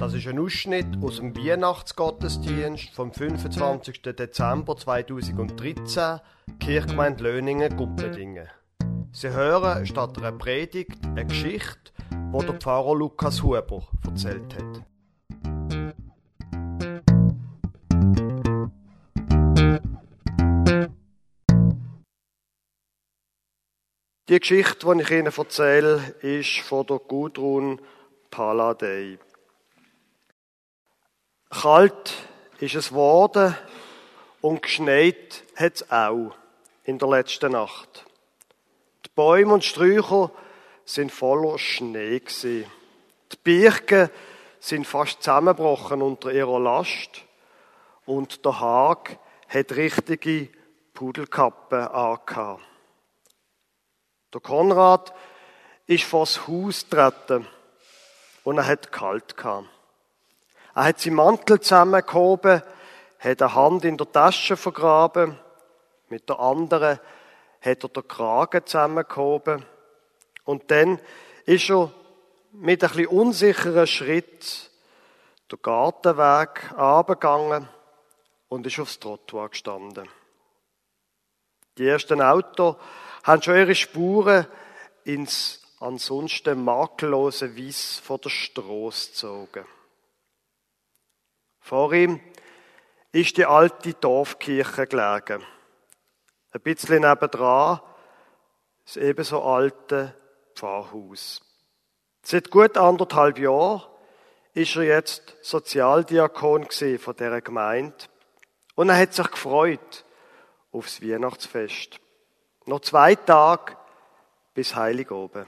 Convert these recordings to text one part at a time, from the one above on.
Das ist ein Ausschnitt aus dem Weihnachtsgottesdienst vom 25. Dezember 2013, Kirchgemeinde Löningen, Gumpendingen. Sie hören statt einer Predigt eine Geschichte, die der Pfarrer Lukas Huber erzählt hat. Die Geschichte, die ich Ihnen erzähle, ist von der Gudrun Paladei. Kalt ist es geworden und geschneit hat es auch in der letzten Nacht. Die Bäume und Sträucher sind voller Schnee gewesen. Die Birken sind fast zusammengebrochen unter ihrer Last und der Hag hat richtige Pudelkappen angehabt. Der Konrad ist vor das Haus getreten und er hat kalt gehabt. Er hat seinen Mantel zusammengehoben, hat eine Hand in der Tasche vergraben, mit der anderen hat er den Kragen zusammengehoben und dann ist er mit ein bisschen unsicheren Schritt den Gartenweg runtergegangen und ist aufs Trottoir gestanden. Die ersten Autos haben schon ihre Spuren ins ansonsten makellose Weiss von der Strasse gezogen. Vor ihm ist die alte Dorfkirche gelegen. Ein bisschen nebendran das ebenso alte Pfarrhaus. Seit gut 1,5 Jahren ist er jetzt Sozialdiakon von dieser Gemeinde. Und er hat sich gefreut aufs Weihnachtsfest. Noch 2 Tage bis Heiligabend.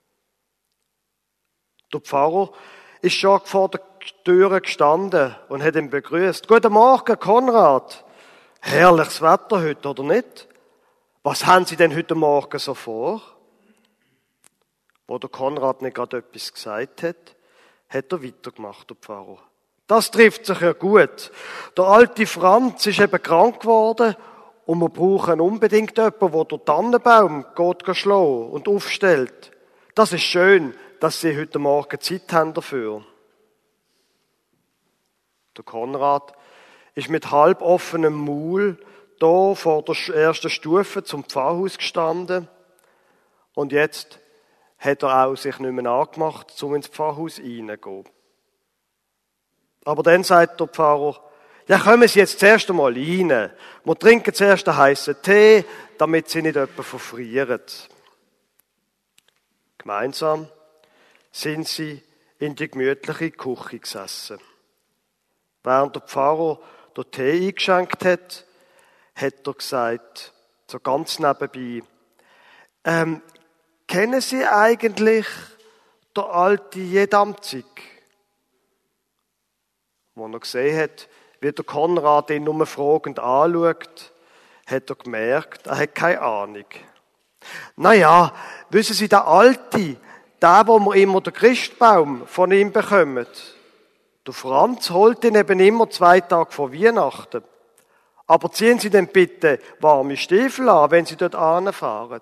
Der Pfarrer ist schon vor der Tür gestanden und hat ihn begrüßt. Guten Morgen, Konrad. Herrliches Wetter heute, oder nicht? Was haben Sie denn heute Morgen so vor? Wo der Konrad nicht gerade etwas gesagt hat, hat er weitergemacht, der Pfarrer. Das trifft sich ja gut. Der alte Franz ist eben krank geworden und wir brauchen unbedingt jemanden, der den Tannenbaum geht schlagen und aufstellt. Das ist schön, dass Sie heute Morgen Zeit haben dafür. Der Konrad ist mit halb offenem Maul da vor der ersten Stufe zum Pfarrhaus gestanden und jetzt hat er auch sich nicht mehr angemacht, um ins Pfarrhaus reinzugehen. Aber dann sagt der Pfarrer, ja, kommen Sie jetzt zuerst einmal rein. Wir trinken zuerst einen heissen Tee, damit Sie nicht jemanden verfrieren. Gemeinsam sind sie in die gemütliche Küche gesessen. Während der Pfarrer den Tee eingeschenkt hat, hat er gesagt, so ganz nebenbei, kennen Sie eigentlich den alten Jedamzig? Als er gesehen hat, wie der Konrad ihn nur fragend anschaut, hat er gemerkt, er hat keine Ahnung. Naja, wissen Sie, der Alte, der, wo wir immer den Christbaum von ihm bekommen, der Franz holt ihn eben immer 2 Tage vor Weihnachten. Aber ziehen Sie denn bitte warme Stiefel an, wenn Sie dort hinfahren.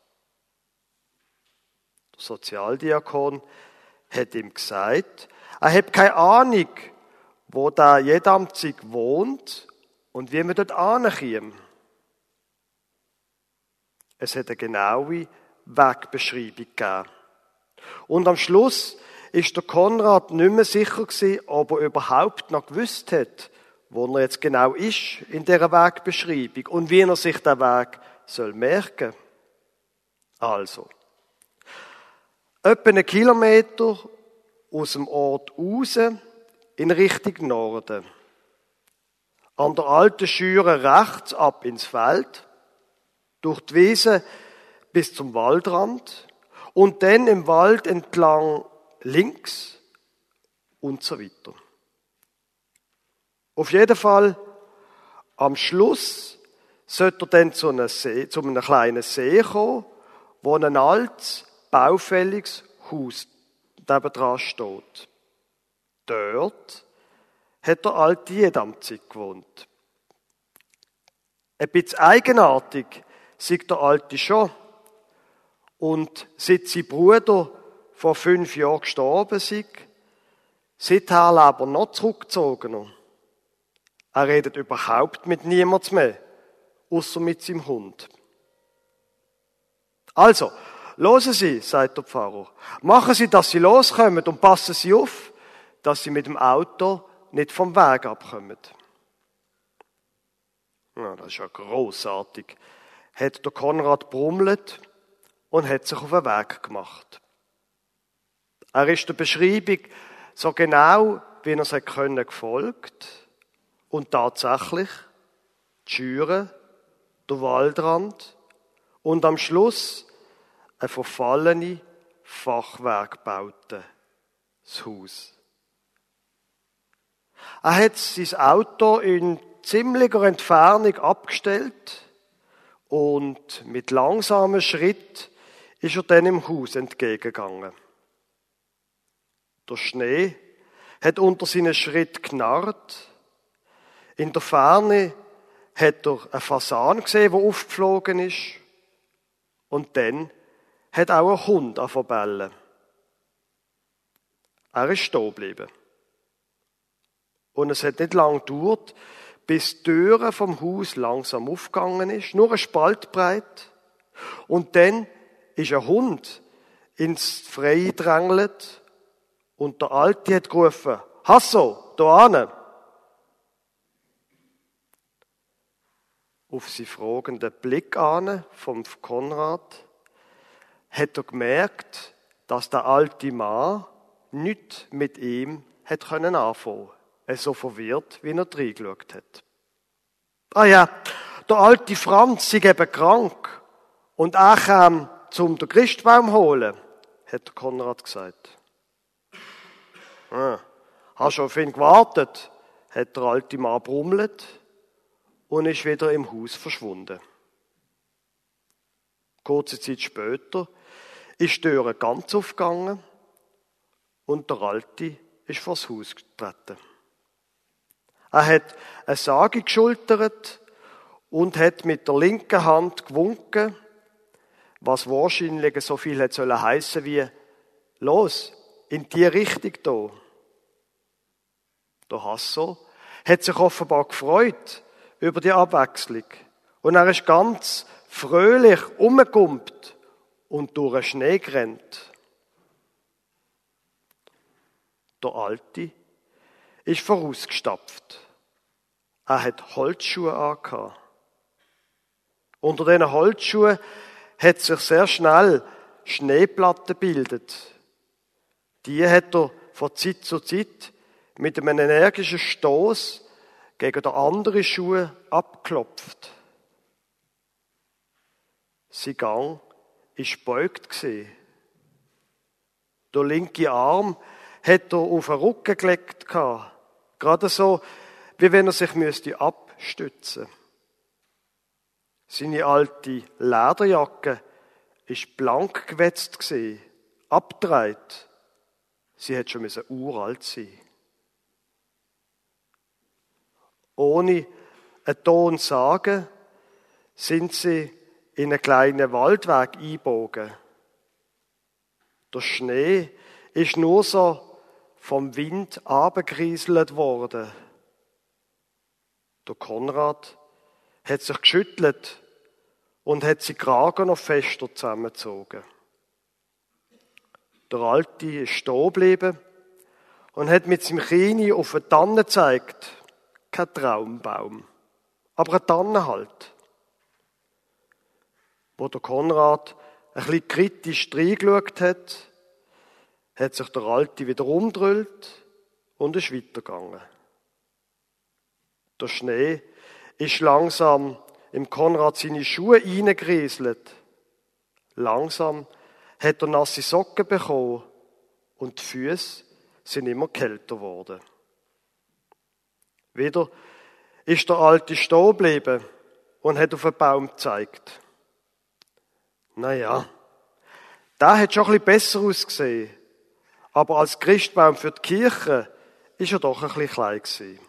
Der Sozialdiakon hat ihm gesagt, er hat keine Ahnung, wo der Jedamzig wohnt und wie man dort hinkommt. Es hat eine genaue Wegbeschreibung gegeben. Und am Schluss ist der Konrad nicht mehr sicher gewesen, ob er überhaupt noch gewusst hat, wo er jetzt genau ist in dieser Wegbeschreibung und wie er sich den Weg soll merken. Also, etwa 1 Kilometer aus dem Ort raus in Richtung Norden. An der alten Schüre rechts ab ins Feld, durch die Wiese bis zum Waldrand und dann im Wald entlang links und so weiter. Auf jeden Fall, am Schluss sollte er dann zu einem kleinen See kommen, wo ein altes, baufälliges Haus nebendran steht. Dort hat der alte Jedamzig gewohnt. Ein bisschen eigenartig sagt der Alte schon. Und seit sein Bruder vor 5 Jahren gestorben ist, Seither lebt er noch zurückgezogener. Er redet überhaupt mit niemandem mehr, außer mit seinem Hund. Also, hören Sie, sagt der Pfarrer. Machen Sie, dass Sie loskommen und passen Sie auf, dass Sie mit dem Auto nicht vom Weg abkommen. Ja, das ist ja grossartig. Hat der Konrad brummelt und hat sich auf den Weg gemacht. Er ist der Beschreibung so genau, wie er es können, gefolgt. Und tatsächlich, die Schüre, der Waldrand und am Schluss eine verfallene Fachwerkbaute, das Haus. Er hat sein Auto in ziemlicher Entfernung abgestellt und mit langsamem Schritt ist er dann im Haus entgegengegangen. Der Schnee hat unter seinen Schritt knarrt. In der Ferne hat er einen Fasan gesehen, der aufgeflogen ist. Und dann hat auch ein Hund angefangen zu bellen. Er ist stehen geblieben. Und es hat nicht lange gedauert, bis die Türe vom Haus langsam aufgegangen ist, nur ein Spalt breit. Und dann ist ein Hund ins Freie gedrängelt und der Alte hat gerufen, «Hasso, da hin!» Auf seinen fragenden Blick an vom Konrad hat er gemerkt, dass der alte Mann nichts mit ihm hat können anfangen. Er so verwirrt, wie er reingeschaut hat. Ah ja, der alte Franz sei eben krank und er kam zum den Christbaum holen, hat der Konrad gesagt. Hast du auf ihn gewartet? Hat der alte Mann brummelt und ist wieder im Haus verschwunden. Kurze Zeit später ist die Tür ganz aufgegangen und der Alte ist vors Haus getreten. Er hat eine Sage geschultert und hat mit der linken Hand gewunken, was wahrscheinlich so viel hätte sollen heissen wie «Los, in die Richtung da». Der Hasso hat sich offenbar gefreut über die Abwechslung und er ist ganz fröhlich umgekumpelt und durch den Schnee gerannt. Der Alte ist vorausgestapft. Er hat Holzschuhe angehabt. Unter diesen Holzschuhen hat sich sehr schnell Schneeplatten gebildet. Die hat er von Zeit zu Zeit mit einem energischen Stoß gegen den anderen Schuh abgeklopft. Sein Gang war gebeugt. Der linke Arm hat er auf den Rücken gelegt. Gerade so, wie wenn er sich abstützen müsste. Seine alte Lederjacke war blank gewetzt, abgedreht. Sie hätte schon uralt sein. Ohne einen Ton zu sagen, sind sie in einen kleinen Waldweg eingebogen. Der Schnee ist nur so vom Wind abgerieselt worden. Der Konrad hat sich geschüttelt und hat seinen Kragen noch fester zusammengezogen. Der Alte ist stehen geblieben und hat mit seinem Kinn auf eine Tanne gezeigt. Kein Traumbaum, aber eine Tanne halt. Wo der Konrad ein bisschen kritisch reingeschaut hat, hat sich der Alte wieder umgedrückt und ist weitergegangen. Der Schnee ist langsam im Konrad seine Schuhe reingerieselt. Langsam hat er nasse Socken bekommen und die Füße sind immer kälter geworden. Wieder ist der Alte stehen geblieben und hat auf einen Baum gezeigt. Naja, der hat schon ein bisschen besser ausgesehen, aber als Christbaum für die Kirche ist er doch ein bisschen klein gewesen.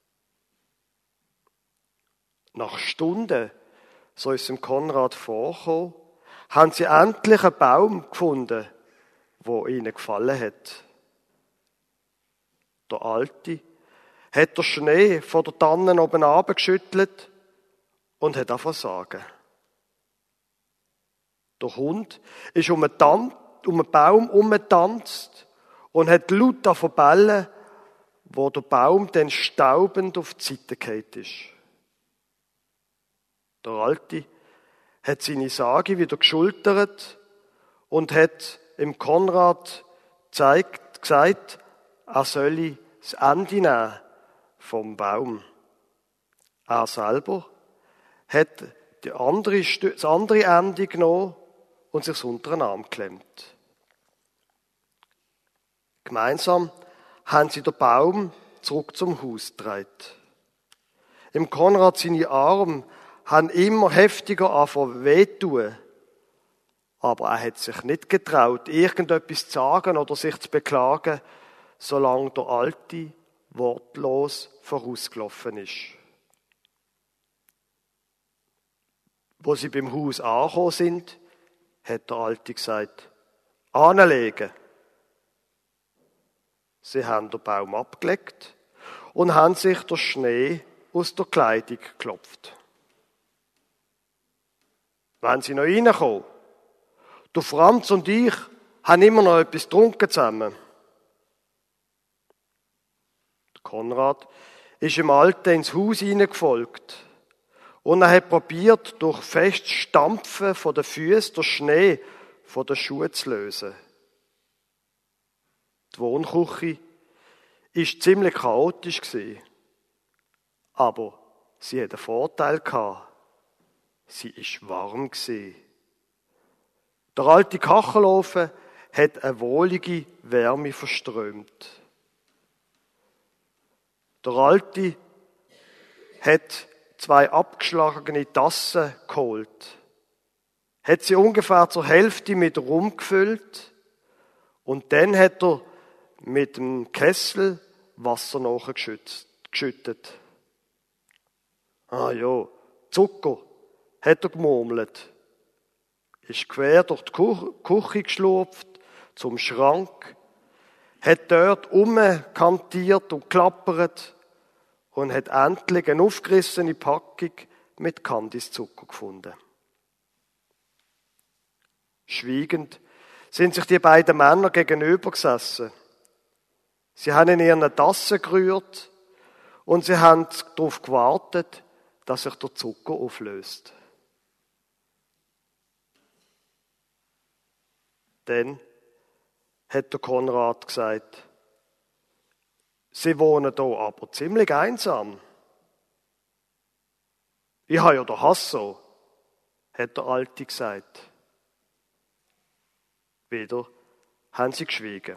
Nach Stunden, so ist es dem Konrad vorgekommen, haben sie endlich einen Baum gefunden, der ihnen gefallen hat. der Alte, hat der Schnee von der Tannen oben abgeschüttelt und hat angefangen zu sagen. Der Hund ist um einen Baum umgetanzt und hat laut davon bellen, wo der Baum dann staubend auf die Seite gefallen ist. Der Alte hat seine Sage wieder geschultert und hat im Konrad gesagt, er solle das Ende nehmen vom Baum. Er selber hat das andere Ende genommen und sich unter den Arm geklemmt. Gemeinsam haben sie den Baum zurück zum Haus getragen. Im Konrad seine Arme haben immer heftiger angefangen wehtun. Aber er hat sich nicht getraut, irgendetwas zu sagen oder sich zu beklagen, solange der Alte wortlos vorausgelaufen ist. Wo sie beim Haus angekommen sind, hat der Alte gesagt, anlegen. Sie haben den Baum abgelegt und haben sich den Schnee aus der Kleidung geklopft. Wenn sie noch reinkommen, der Franz und ich haben immer noch etwas getrunken zusammen. Der Konrad ist im Alten ins Haus hineingefolgt und er hat probiert, durch festes Stampfen von den Füßen den Schnee von den Schuhen zu lösen. Die Wohnküche war ziemlich chaotisch, aber sie hatte einen Vorteil. Sie war warm. Der alte Kachelofen hat eine wohlige Wärme verströmt. Der Alte hat 2 abgeschlagene Tassen geholt, hat sie ungefähr zur Hälfte mit Rum gefüllt und dann hat er mit dem Kessel Wasser nachgeschüttet. Ah ja, Zucker, hat er gemurmelt. Ist quer durch die Küche geschlurft, zum Schrank, hat dort umkantiert und klappert und hat endlich eine aufgerissene Packung mit Kandiszucker gefunden. Schweigend sind sich die beiden Männer gegenüber gesessen. Sie haben in ihren Tassen gerührt und sie haben darauf gewartet, dass sich der Zucker auflöst. Dann hat der Konrad gesagt, sie wohnen hier aber ziemlich einsam. Ich habe ja den Hasso, hat der Alte gesagt. Wieder haben sie geschwiegen.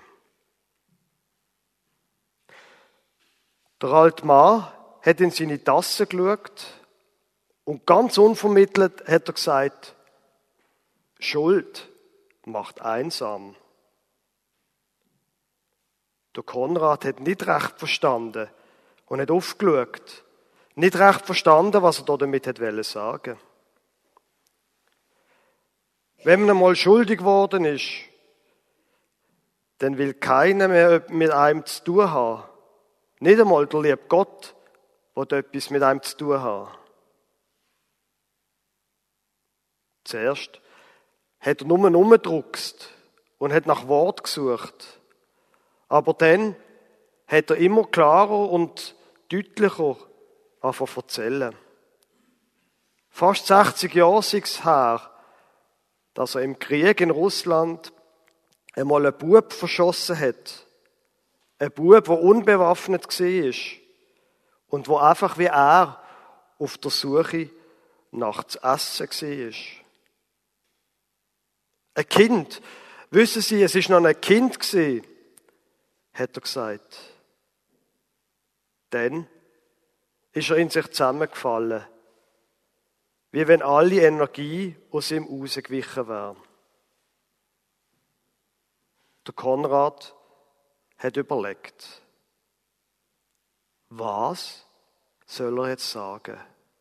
Der alte Mann hat in seine Tasse geschaut und ganz unvermittelt hat er gesagt, Schuld macht einsam. Der Konrad hat nicht recht verstanden und hat aufgeschaut. Nicht recht verstanden, was er damit sagen wollte. Wenn man einmal schuldig geworden ist, dann will keiner mehr mit einem zu tun haben. Nicht einmal der liebe Gott, der etwas mit einem zu tun hat. Zuerst hat er nur rumgedruckst und hat nach Wort gesucht. Aber dann hat er immer klarer und deutlicher angefangen zu erzählen. Fast 60 Jahre ist es her, dass er im Krieg in Russland einmal einen Bub verschossen hat. Ein Bub, der unbewaffnet war und der einfach wie er auf der Suche nach zu essen war. Ein Kind, wissen Sie, es war noch ein Kind, hat er gesagt. Dann ist er in sich zusammengefallen, wie wenn alle Energie aus ihm rausgewichen wäre. Der Konrad hat überlegt, was soll er jetzt sagen?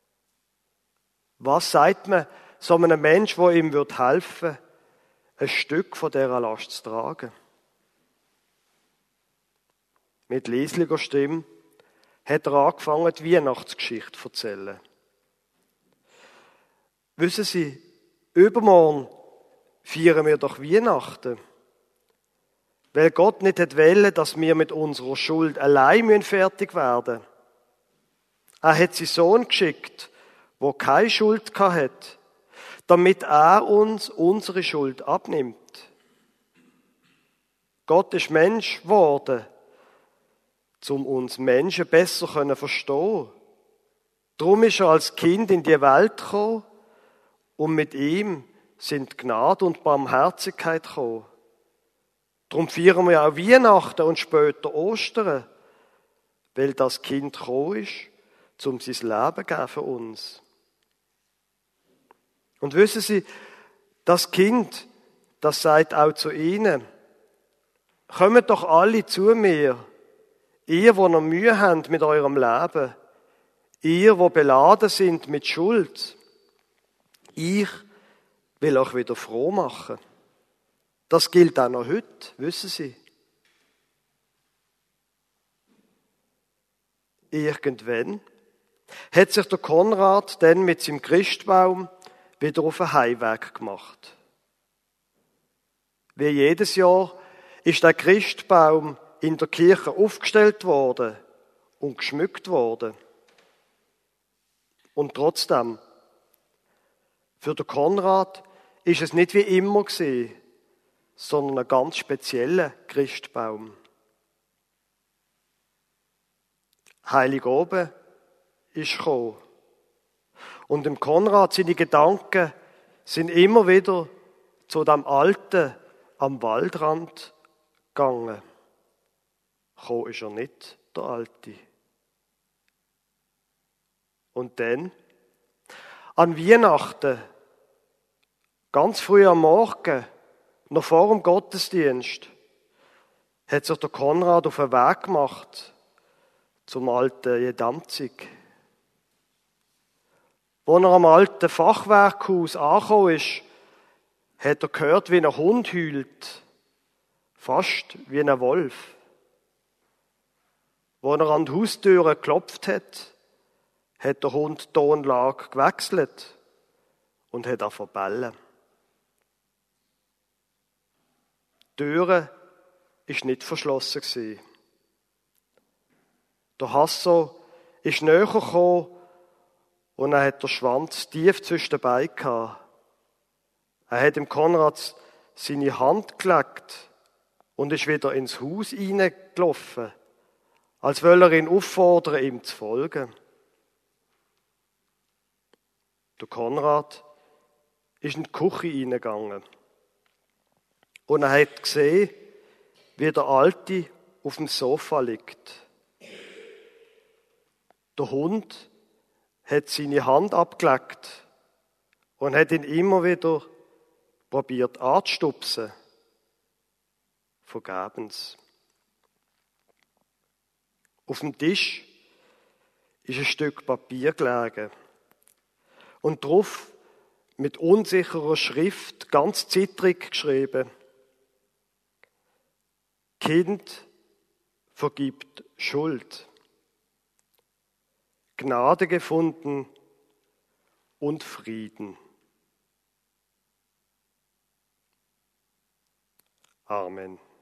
Was sagt man so einem Menschen, der ihm helfen würde, ein Stück von dieser Last zu tragen? mit leislicher Stimme, hat er angefangen, die Weihnachtsgeschichte zu erzählen. Wissen Sie, übermorgen feiern wir doch Weihnachten. Weil Gott nicht wollte, dass wir mit unserer Schuld allein fertig werden müssen. Er hat seinen Sohn geschickt, der keine Schuld hatte, damit er uns unsere Schuld abnimmt. Gott ist Mensch geworden, um uns Menschen besser zu verstehen. Darum ist er als Kind in die Welt gekommen und mit ihm sind Gnade und Barmherzigkeit gekommen. Darum feiern wir auch Weihnachten und später Ostern, weil das Kind gekommen ist, um sein Leben zu geben für uns. Und wissen Sie, das Kind, das sagt auch zu ihnen, kommt doch alle zu mir, ihr, die noch Mühe habt mit eurem Leben, ihr, die beladen sind mit Schuld. Ich will euch wieder froh machen. Das gilt auch noch heute, wissen Sie. Irgendwann hat sich der Konrad dann mit seinem Christbaum wieder auf den Heimweg gemacht. Wie jedes Jahr ist der Christbaum in der Kirche aufgestellt worden und geschmückt worden. Und trotzdem, für den Konrad ist es nicht wie immer gewesen, sondern ein ganz spezieller Christbaum. Heiligabend ist gekommen. Und dem Konrad seine Gedanken sind immer wieder zu dem Alten am Waldrand gegangen. Gekommen ist er nicht, der Alte. Und dann, an Weihnachten, ganz früh am Morgen, noch vor dem Gottesdienst, hat sich der Konrad auf den Weg gemacht zum alten Jedamzig. Als er am alten Fachwerkhaus angekommen ist, hat er gehört, wie ein Hund heult, fast wie ein Wolf. Als er an die Haustüre geklopft hat der Hund die Tonlage gewechselt und hat angefangen zu bellen. Die Türe war nicht verschlossen. Der Hasso ist näher gekommen und er hat den Schwanz tief zwischen den Beinen gehabt. Er hat dem Konrad seine Hand gelegt und ist wieder ins Haus hineingelaufen, als wolle er ihn auffordern, ihm zu folgen. Der Konrad ist in die Küche hineingegangen. Und er hat gesehen, wie der Alte auf dem Sofa liegt. Der Hund hat seine Hand abgelegt und hat ihn immer wieder probiert anzustupsen. Vergebens. Auf dem Tisch ist ein Stück Papier gelegen. Und drauf mit unsicherer Schrift, ganz zittrig geschrieben: Kind vergibt Schuld. Gnade gefunden und Frieden. Amen.